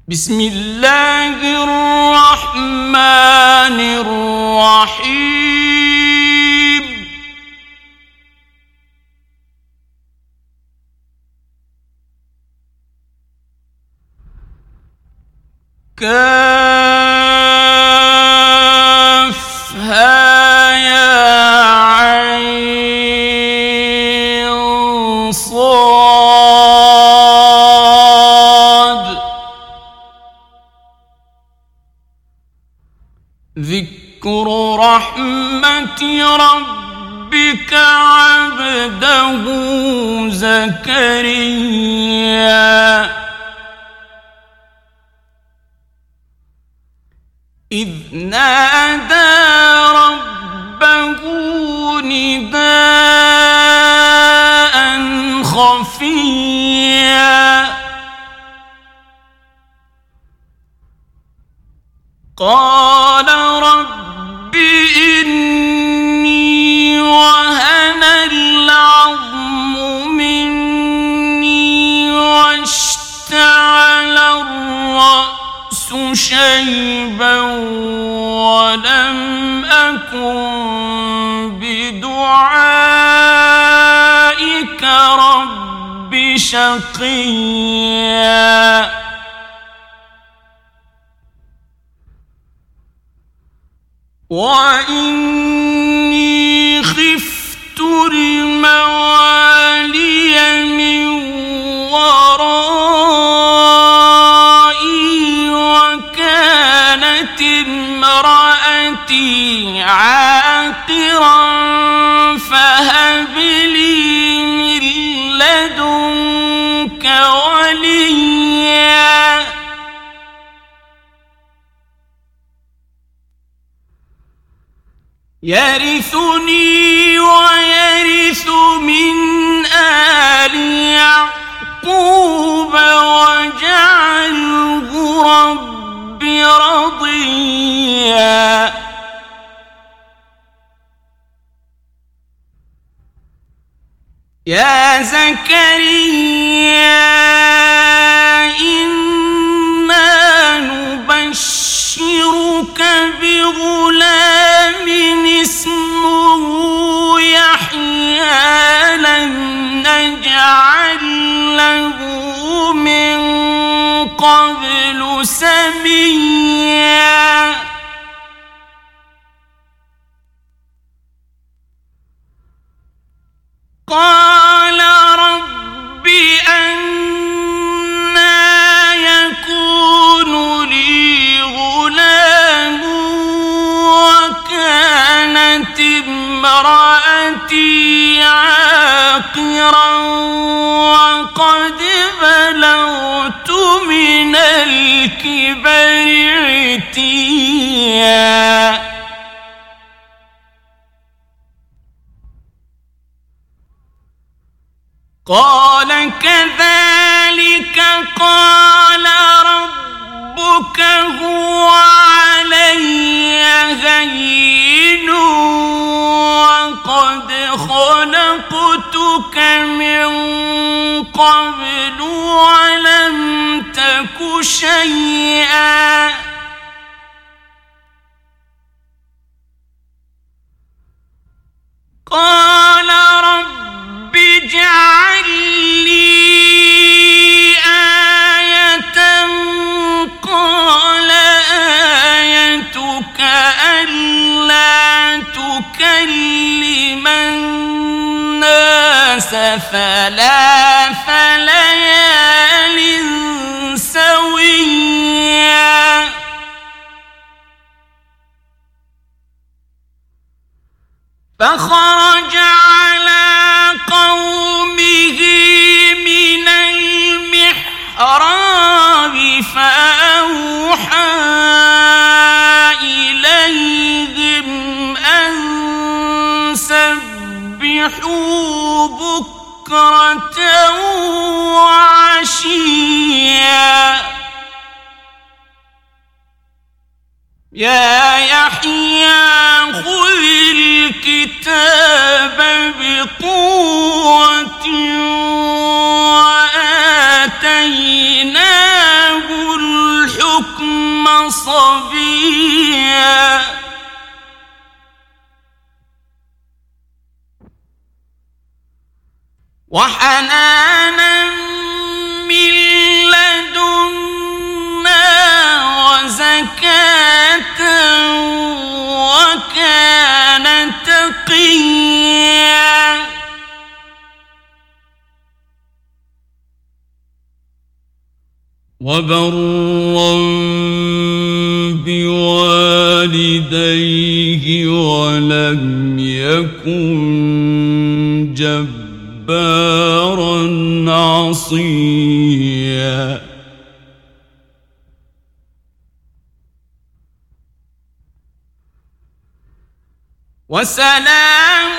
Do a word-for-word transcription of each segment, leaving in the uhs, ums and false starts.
بسم الله الرحمن الرحيم كافها يا عين صاد ذكر رحمة ربك عبده زكريا إذ نادى ربه نداء خفيا قال رب إني وهن العظم مني واشتعل الرأس شيبا ولم أكن بدعائك رب شقيا وإني خفت الموالي من ورائي وكانت امرأتي عاقرا فهب لي من لدنك وليا يرثني ويرث من آل يعقوب واجعله رب رضيا يا زكريا إنا نبشرك بغلام اسمه يحيى لم نجعل له من قبل سميا قال رب أنى يكون لي غلام وكانت امرأتي عاقرا وقد بلغت من الكبر عتيا قال كذلك قال ربك هو علي هين وقد خلقتك من قبل ولم تك شيئا قال رب اجعل لي آية قال آيتك ألا تكلم الناس ثلاث ليال سويا فخرج على قومه من المحراب فأوحى إليهم أن سبحوا بكرة وعشيا يا يحيى خذ الكتاب بقوة وآتيناه صبيا وحنانا من لدنا وزكاة وكان تقيا وبرا بوالديه ولم يكن جبارا عصيا وسلام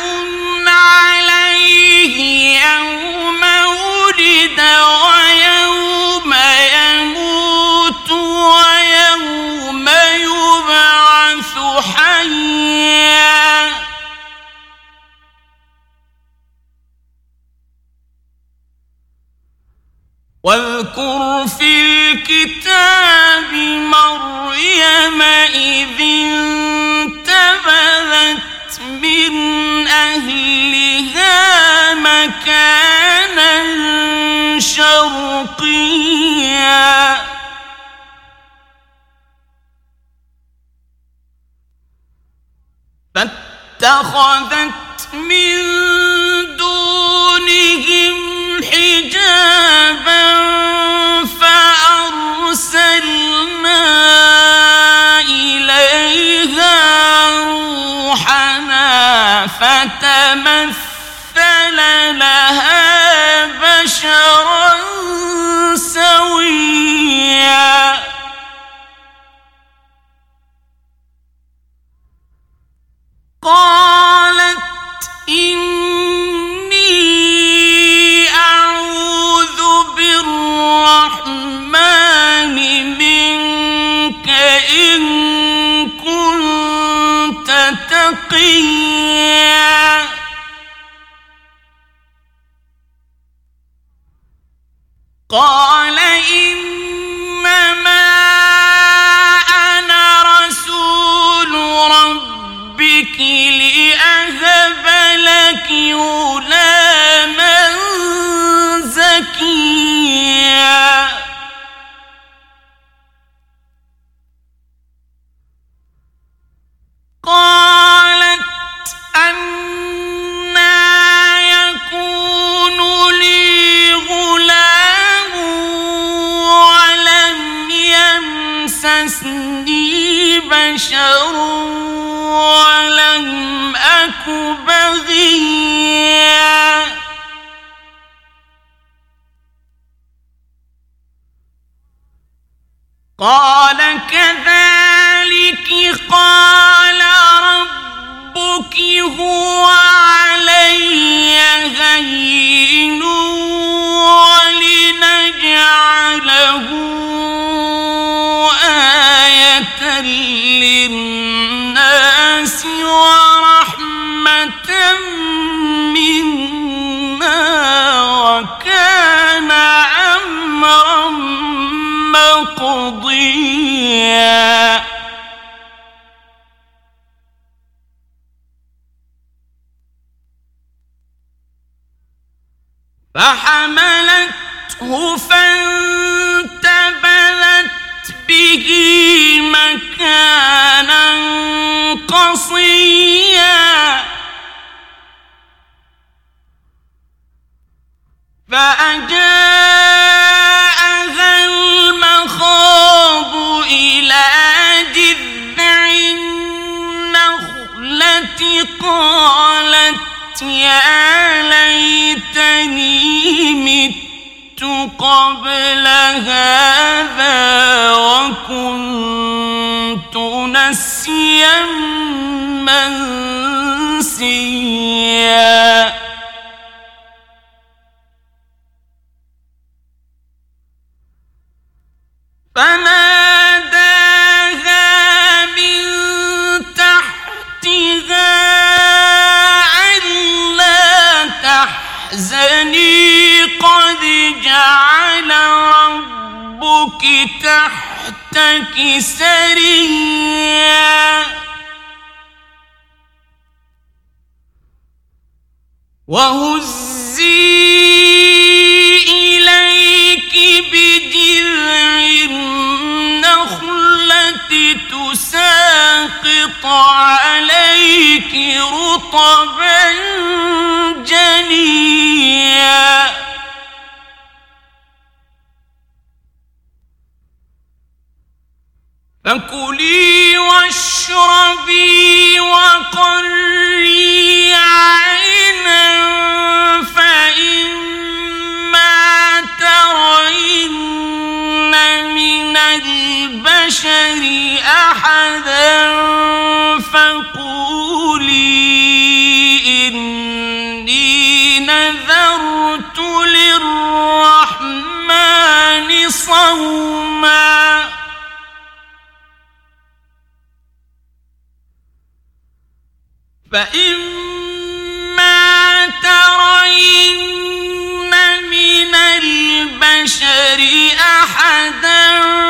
عليه يوم ولد ويوم يموت ويوم يبعث حيا واذكر في الكتاب مريم إذ انتبذت من أهلها مكانا شرقيا فاتخذت من دونهم حجابا فأرسلنا إليها روحنا فتمثل لها بشرا سويا قالت إني أعوذ بالرحمن منك إن كنت تقيا قال إنما أنا رسول ربك لأهب لك غلاما زكيا قالت أنى يكون لي غلام ولم يمسسني بشر ولم أك بغيا قال كذلك قال ربك هو علي هين ولنجعله آية للناس ورحمة منا وكان أمرا مقضيا فحملته فانتبذت به مكانا قصيا فأجاءها المخاض إلى جذع النخلة قالت يا ليتني مت قبل هذا وكنت نسيا منسيا فناداها من تحتها ألا تحزني قد جعل ربك تحتك تحتك سريا وهزي إليك بجذع النخلة تساقط عليك رطبا جنيا فكلي واشربي وقري عينا فإما ترين من البشر أحدا فقولي إني نذرت للرحمن صوما فإما ترين من البشر أحدا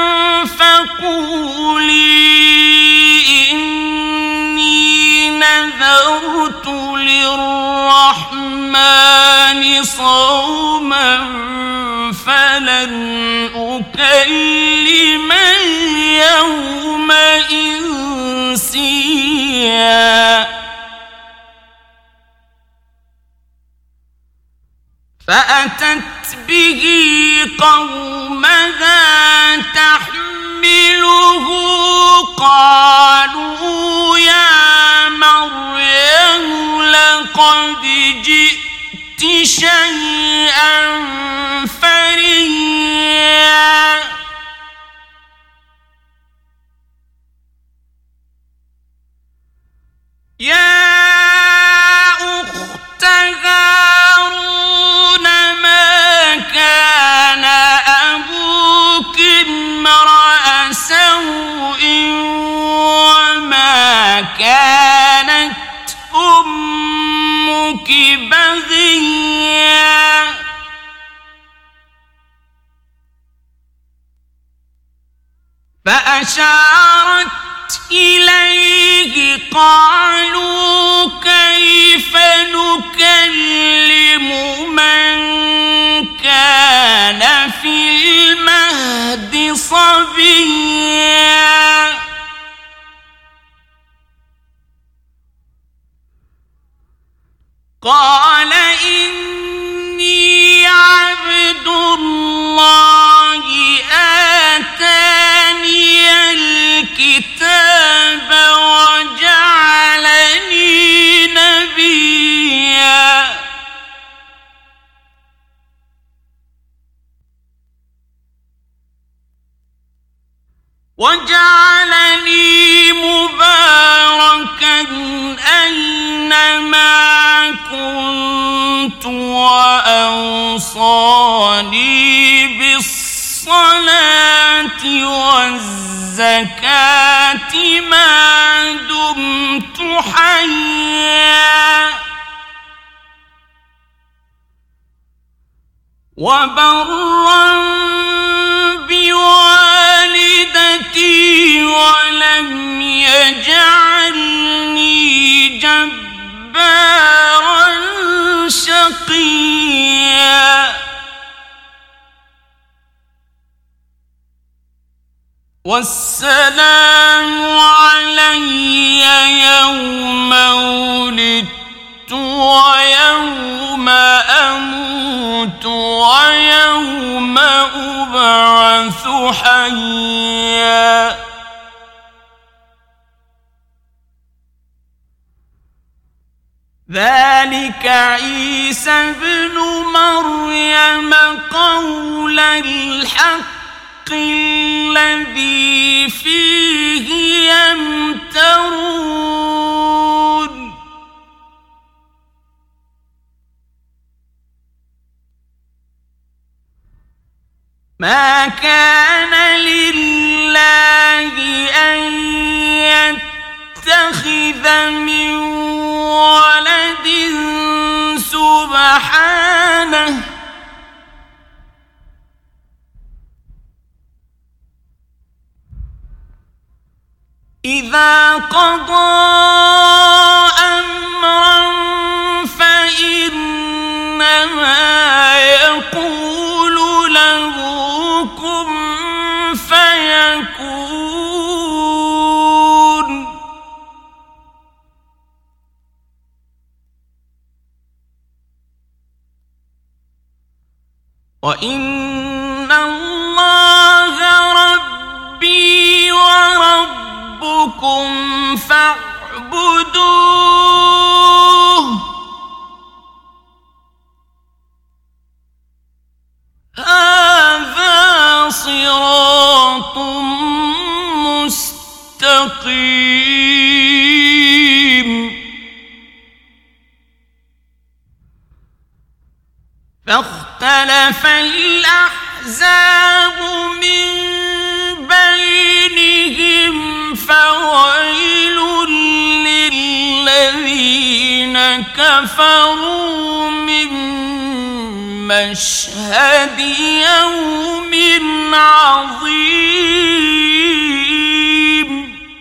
فقولي إني نذرت للرحمن صوما فلن أكلم اليوم إنسيا فأتت به قومها تحمله قالوا يا مريم لقد جئت شيئا فريا يا أخت هارون ما كان أبوك امرأ سوء وما كانت أمك بغيا فأشارت إليه قالوا كيف نكلم من كان في المهد صبيا قال إني عبد الله آتاني الكتاب وجعلني نبيا وجعلني مباركا أينما كنت وأوصاني بالصلاة والزكاة ما دمت حيا وبرا بوالدتي ولم يجعلني جبارا شقيا والسلام علي يوم ولدت ويوم أموت ويوم أبعث حيا ذلك عيسى ابن مريم قول الحق الذي فيه يمترون ما كان لله أن يتخذ من ولد سبحانه إذا قضى أمرا فإنما يقول له كن فيكون. وإن الله ربي وربكم فاعبدوه هذا صراط مستقيم. فاختلف الأحزاب من بينهم فويل للذين كفروا من مشهد يوم عظيم.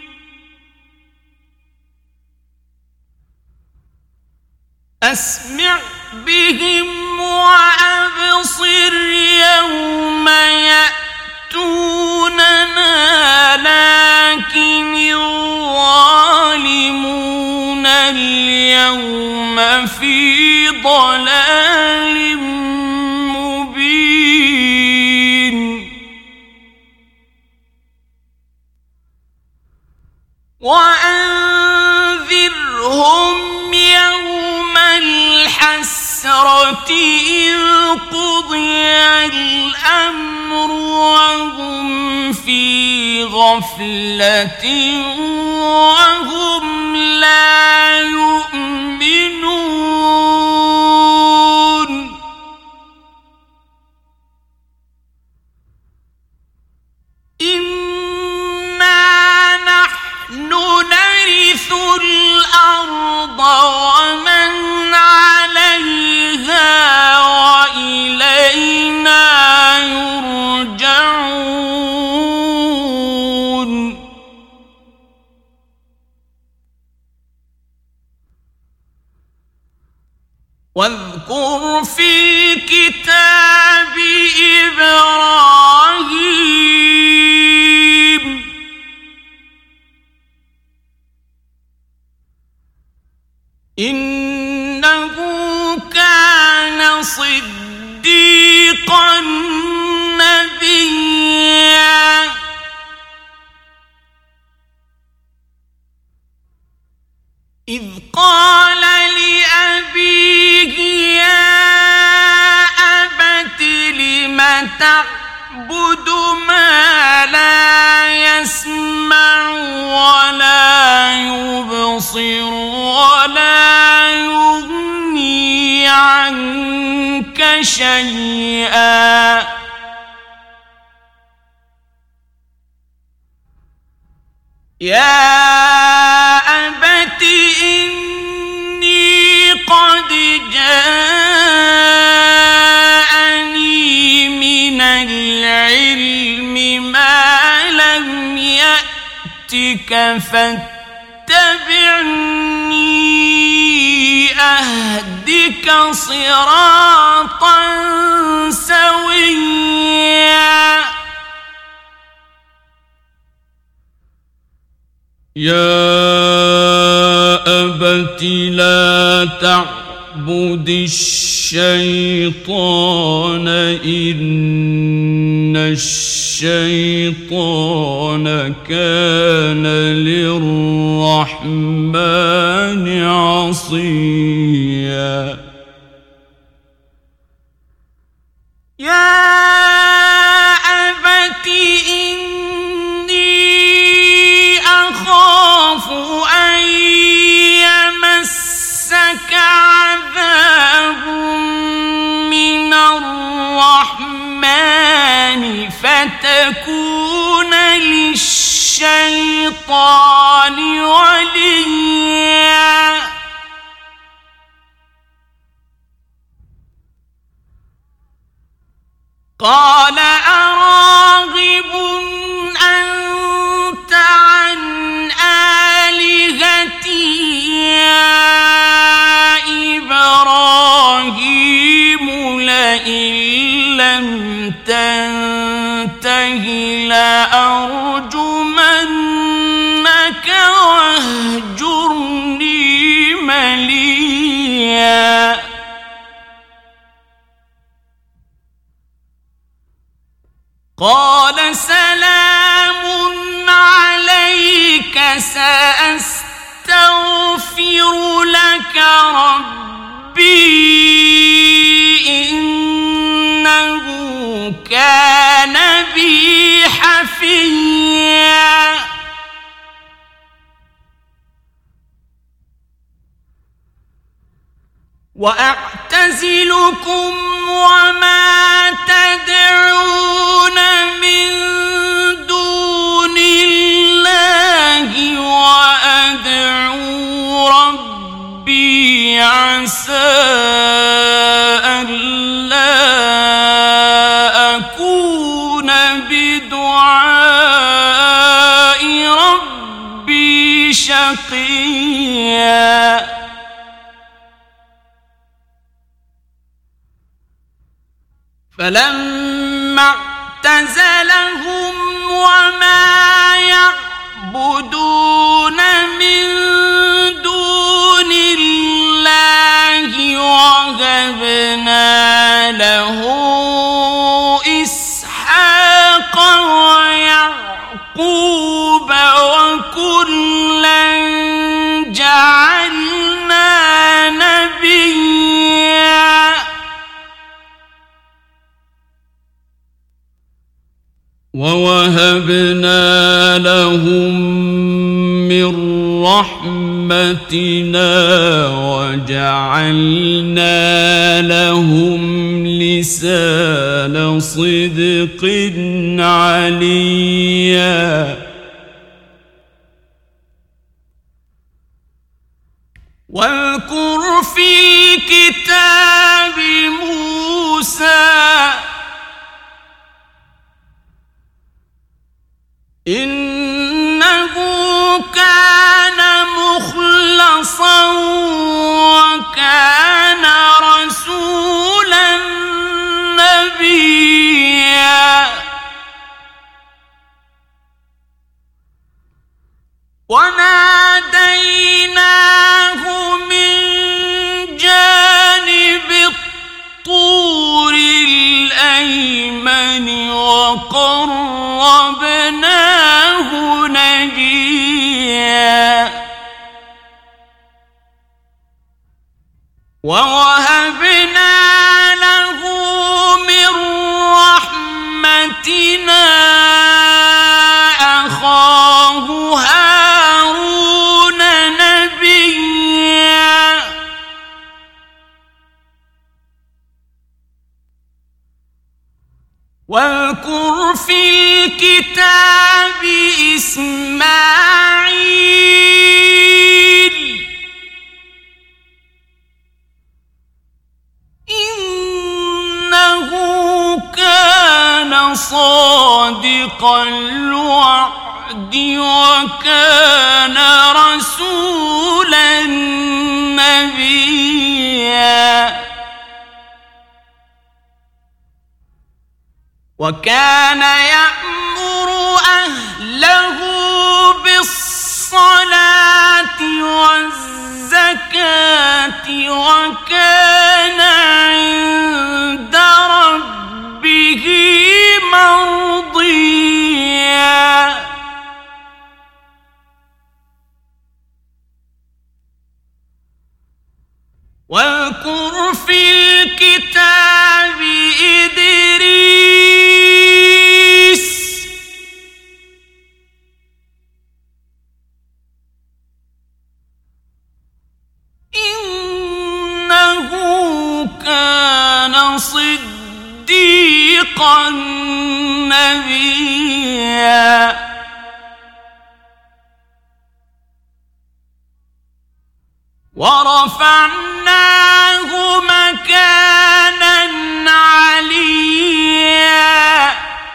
أسمع بهم وأبصر يوم يأتوننا لكن الظالمون اليوم في ضلال مبين. وأنذرهم يوم الحسرة إذ قضي الأمر وهم في غفلة وهم لا يؤمنون. إنا نحن نرث الأرض ومن عليها وإلينا يرجعون. واذكر في الكتاب إبراهيم إنه كان صديقا نبيا. إذ قال لأبيه يا أبت لم تعبد ما لا يسمع ولا يبصر ولا يغني عنك شيئا. يا أبت إني قد جاءني من العلم ما لم يأتك فاتبعني أهدك صراطا سويا. يا أبت لا تعبد الشيطان إن الشيطان كان للرحمن عصيا. يا أبت إني أخاف أن يمسك عذاب من الرحمن فتكون للشيطان وليا. قال أراغب أنت عن وأعتزلكم وما تدعون من دون الله وأدعو ربي عسى ألا أكون بدعاء ربي شقيا فلما اعتزلهم وما يعبدون من دون الله وهبنا له إسحاق ويعقوب وكلا جعلنا نبيا ووهبنا لهم من رحمتنا وجعلنا لهم لسان صدق عليا واذكر في الكتاب موسى إنه كان مخلصا وكان رسولا نبيا وناديناه من جانب الطور الأيمن وقربناه نجيا ووهبنا له من رحمتنا أخاه هارون نبيا واذكر في الكتاب إسماعيل إنه كان صادق الوعد وكان رسولا نبيا وكان يأمر أهله بالصلاة والزكاة وكان عند ربه مرضيا واذكر في الكتاب إدريس إنه كان صديقا نبيا ورفعناه مكانا عليا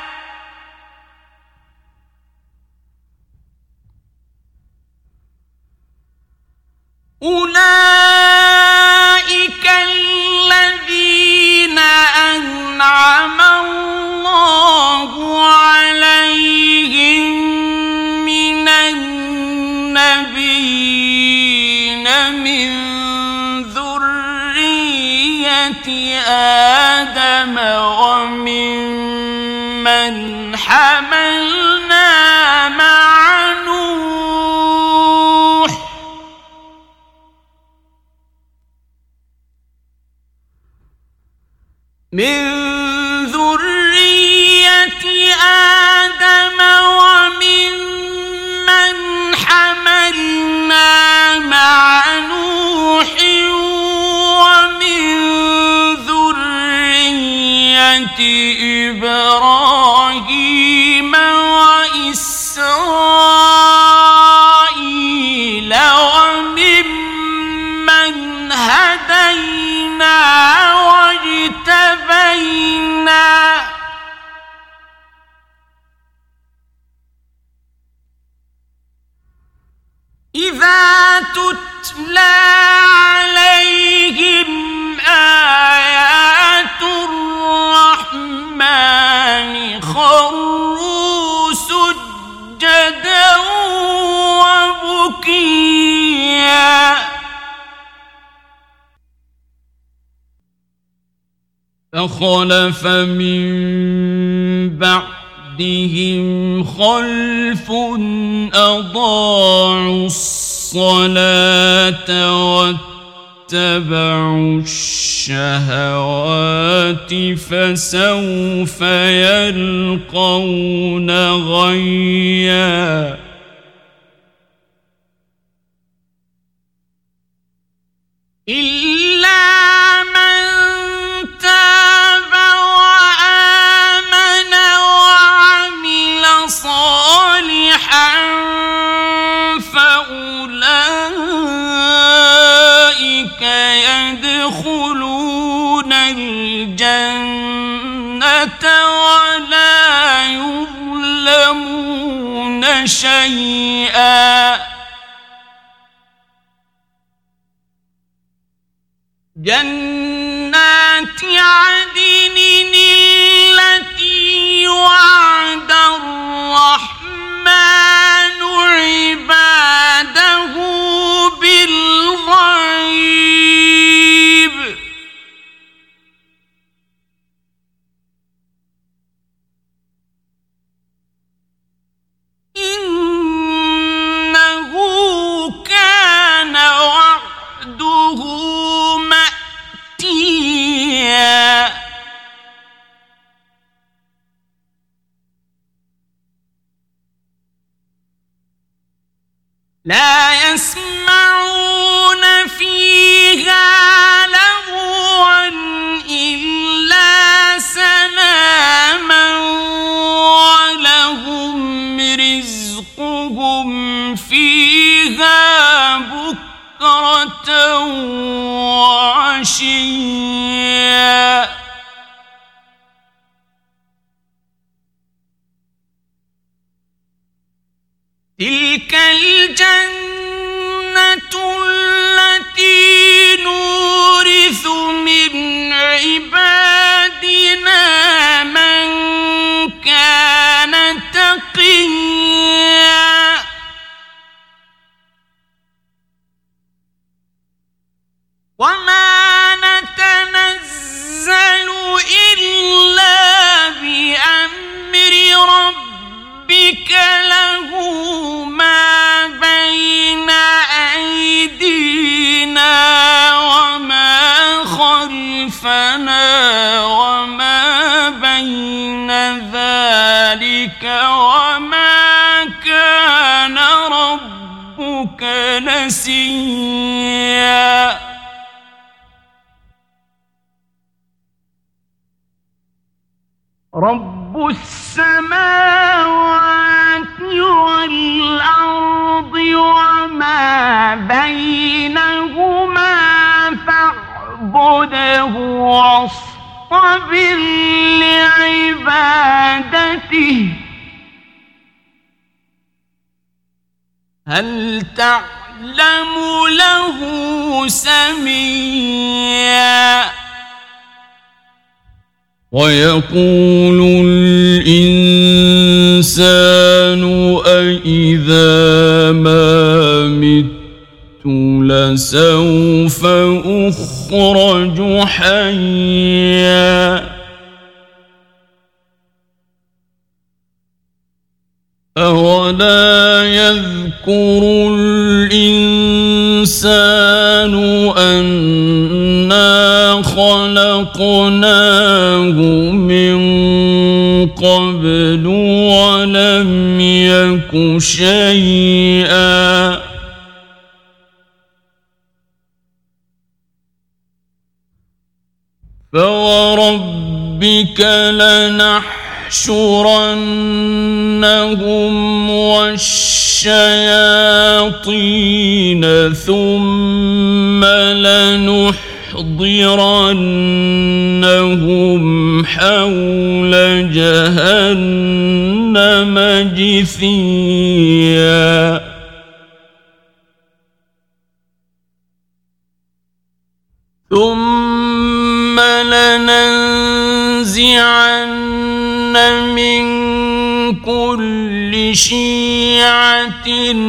أولئك الذين أنعم الله عليهم من النبيين من ذرية آدم وممن حملنا مع نوح من ذرية آدم وممن حملنا مع نوح ومن إذا تتلى عليهم آيات الرحمن خروا سجدا وبكيا فخلف من بعدهم خلف أضاعوا الصلاة واتبعوا الشهوات فسوف يلقون غيا إلا من تاب وآمن وعمل صالحا فأولئك يدخلون الجنة ولا يظلمون شيئا جنات عدن التي وعد الرحمن عباده بالغيب إنه كان وعده مأتيا لا يسمعون فيها لغوا إلا سلاما ولهم رزقهم فيها بكرة وعشيا تلك الجنة التي نورث من عبادنا من كان تقيا وما نتنزل إلا بأمر ربك له ما بين أيدينا وما خلفنا وما بين ذلك وما كان ربك نسيا رب السماوات والأرض وما بينهما فاعبده واصطبر لعبادته هل تعلم له سميا ويقول الإنسان أإذا ما مت لسوف أخرج حيا أولا يذكر الإنسان أنا خلقناه من قبل ولم يك شيئا فوربك لنحشرنهم والشياطين ثم لنحضرنهم حول جهنم جثيا. من كل شيعة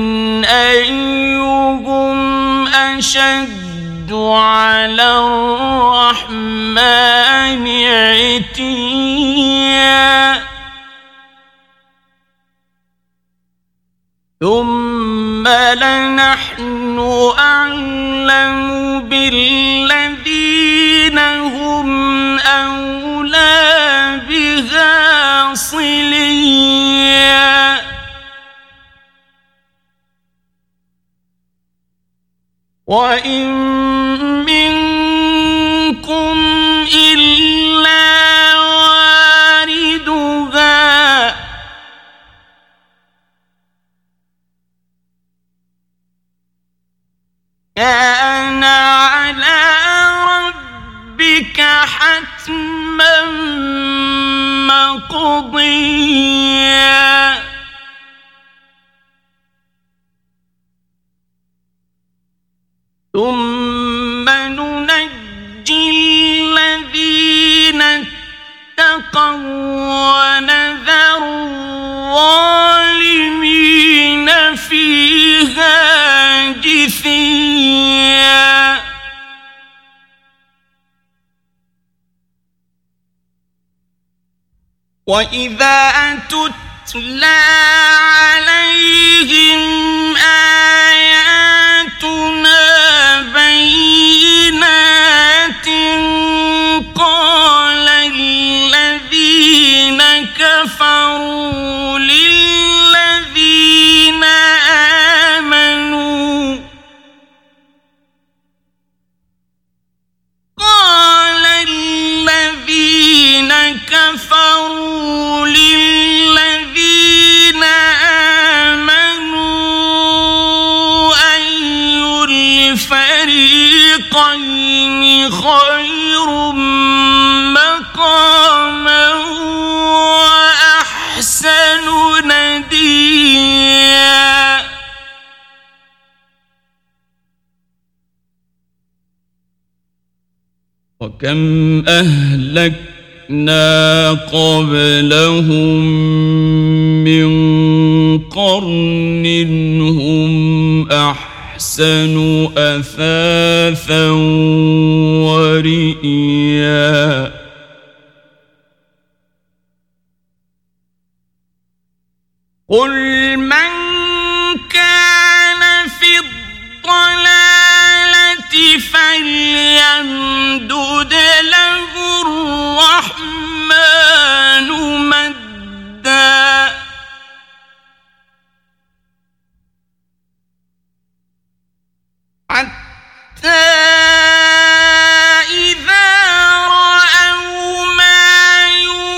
أيهم أشد على الرحمن عتيا ثم لنحن أعلم بالذين هم أولى بها صليا وإن منكم إلا واردها كان على ربك حتما مقضيا ثم ننجي الذين اتقوا ونذر الظالمين فيها جثيا وإذا تتلى عليهم آياتنا بينات قال الذين كفروا للذين آمنوا قال الذين كفروا للذين آمنوا أي الفريقين خير مقاما وأحسن نديا وكم أهلكنا قبلهم من قرن هم أحسن أثاثا ورئيا قل من كان في الضلالة فليمدد له الرحمن مدا حتى إذا رأوا ما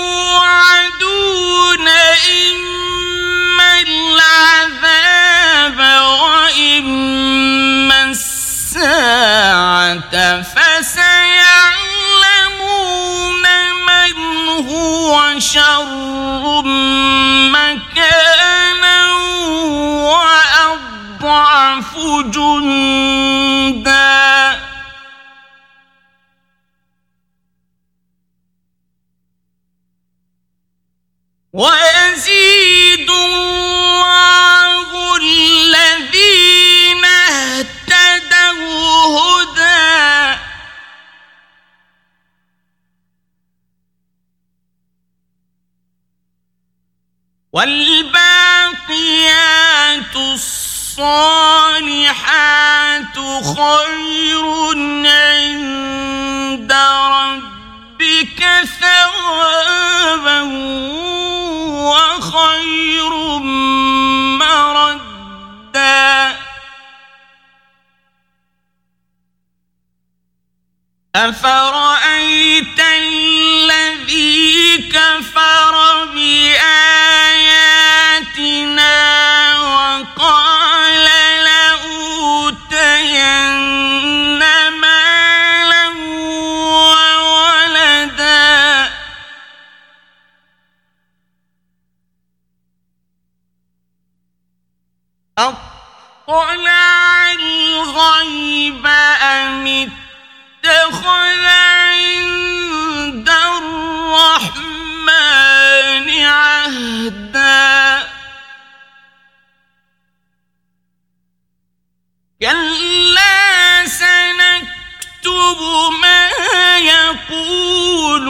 يوعدون إما العذاب وإما الساعة فسيعلمون من هو شر مكانا وأضعف جندا ويزيد الله الذين اهتدوا هدى والباقيات الصالحات خير عند ربك ثوابا وخير مردا أفرأيت الذي كفر بآياتنا وقال لأوتين مالا وولدا أطلع الغيب أم اتخذ عند الرحمن الرحمن عهدا كلا سنكتب ما يقول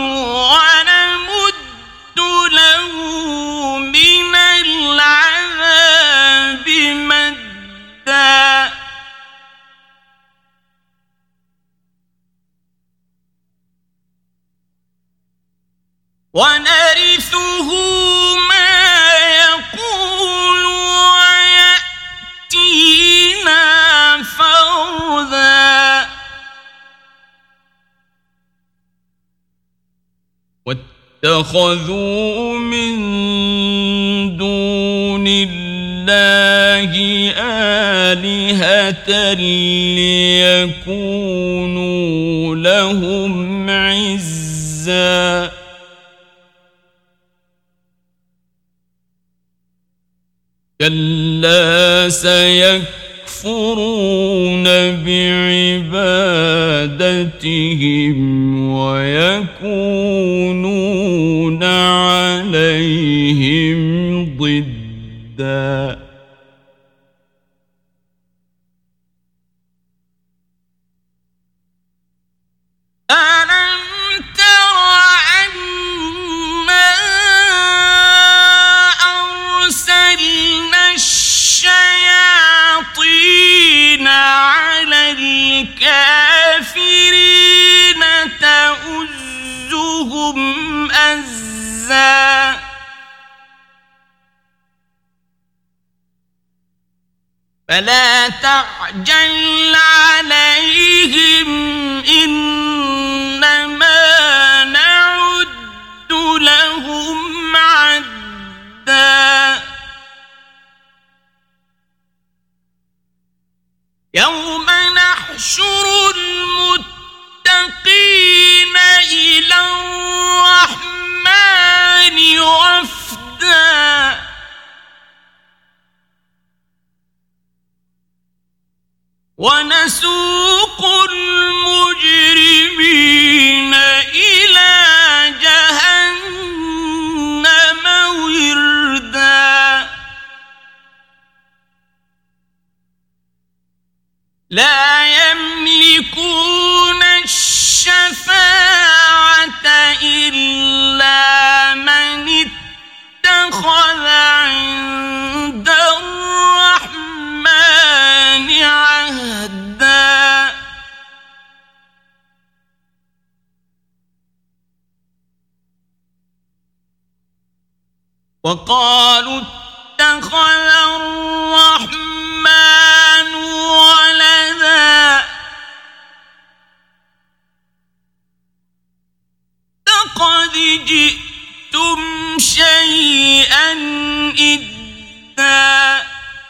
ونمد له من العذاب مدا ونرثه ما يقول ويأتينا فردا واتخذوا من دون الله آلهة ليكونوا لهم عزا كلا سيكفرون بعبادتهم ويكونون عليهم ضدا ألم تر أنا أرسلنا الشياطين على الكافرين تؤزهم أزا فلا تعجل عليهم إنما نعد لهم عدا يوم نحشر المتقين إلى الرحمن وفدا ونسوق المجرمين إلى جهنم وردا لا يملكون الشفاعة إلا من اتخذ عند الرحمن عهدا وقالوا اتخذ الرحمن ولدا لقد جئتم شيئا إدا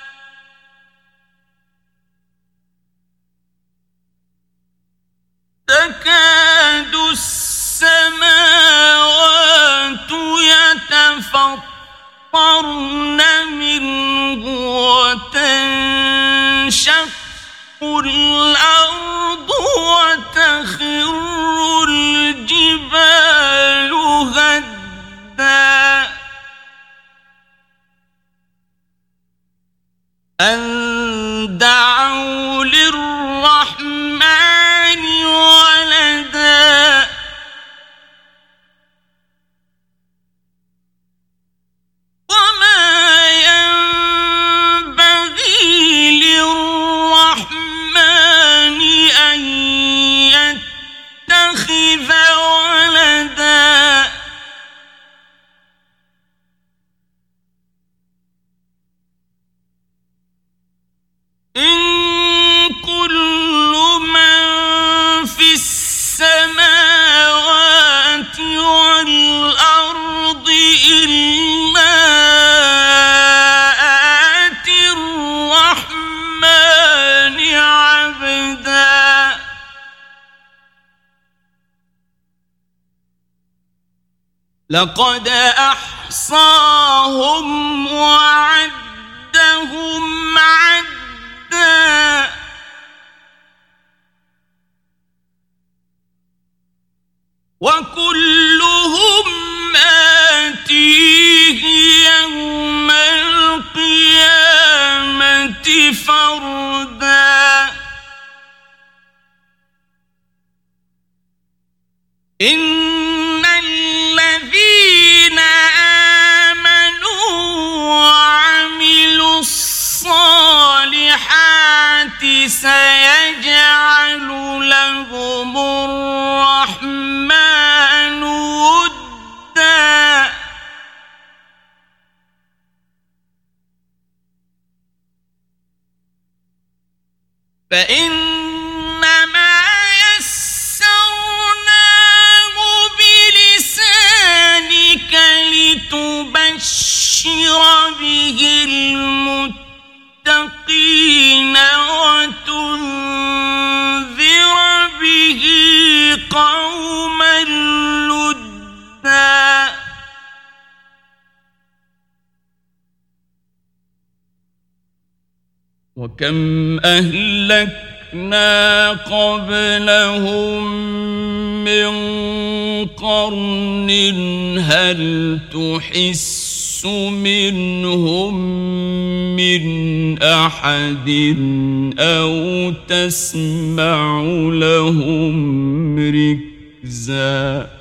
تكاد السماوات يتفطرن منه وتنشق الأرض وتخر الجبال هدا أن دعوا للرحمن ولدا وما ينبغي للرحمن أن يتخذ ولدا إن كل من في السماوات والأرض إلا آتي الرحمن عبدا لقد أحصاهم وعدهم عدا وكلهم سيجعل لهم الرحمن ودا فإنما يسرناه بلسانك لتبشر به المتقين وتنذر به قوما لدا وكم أهلكنا قبلهم من قرن هل تحس منهم من أحد أو تسمع لهم ركزا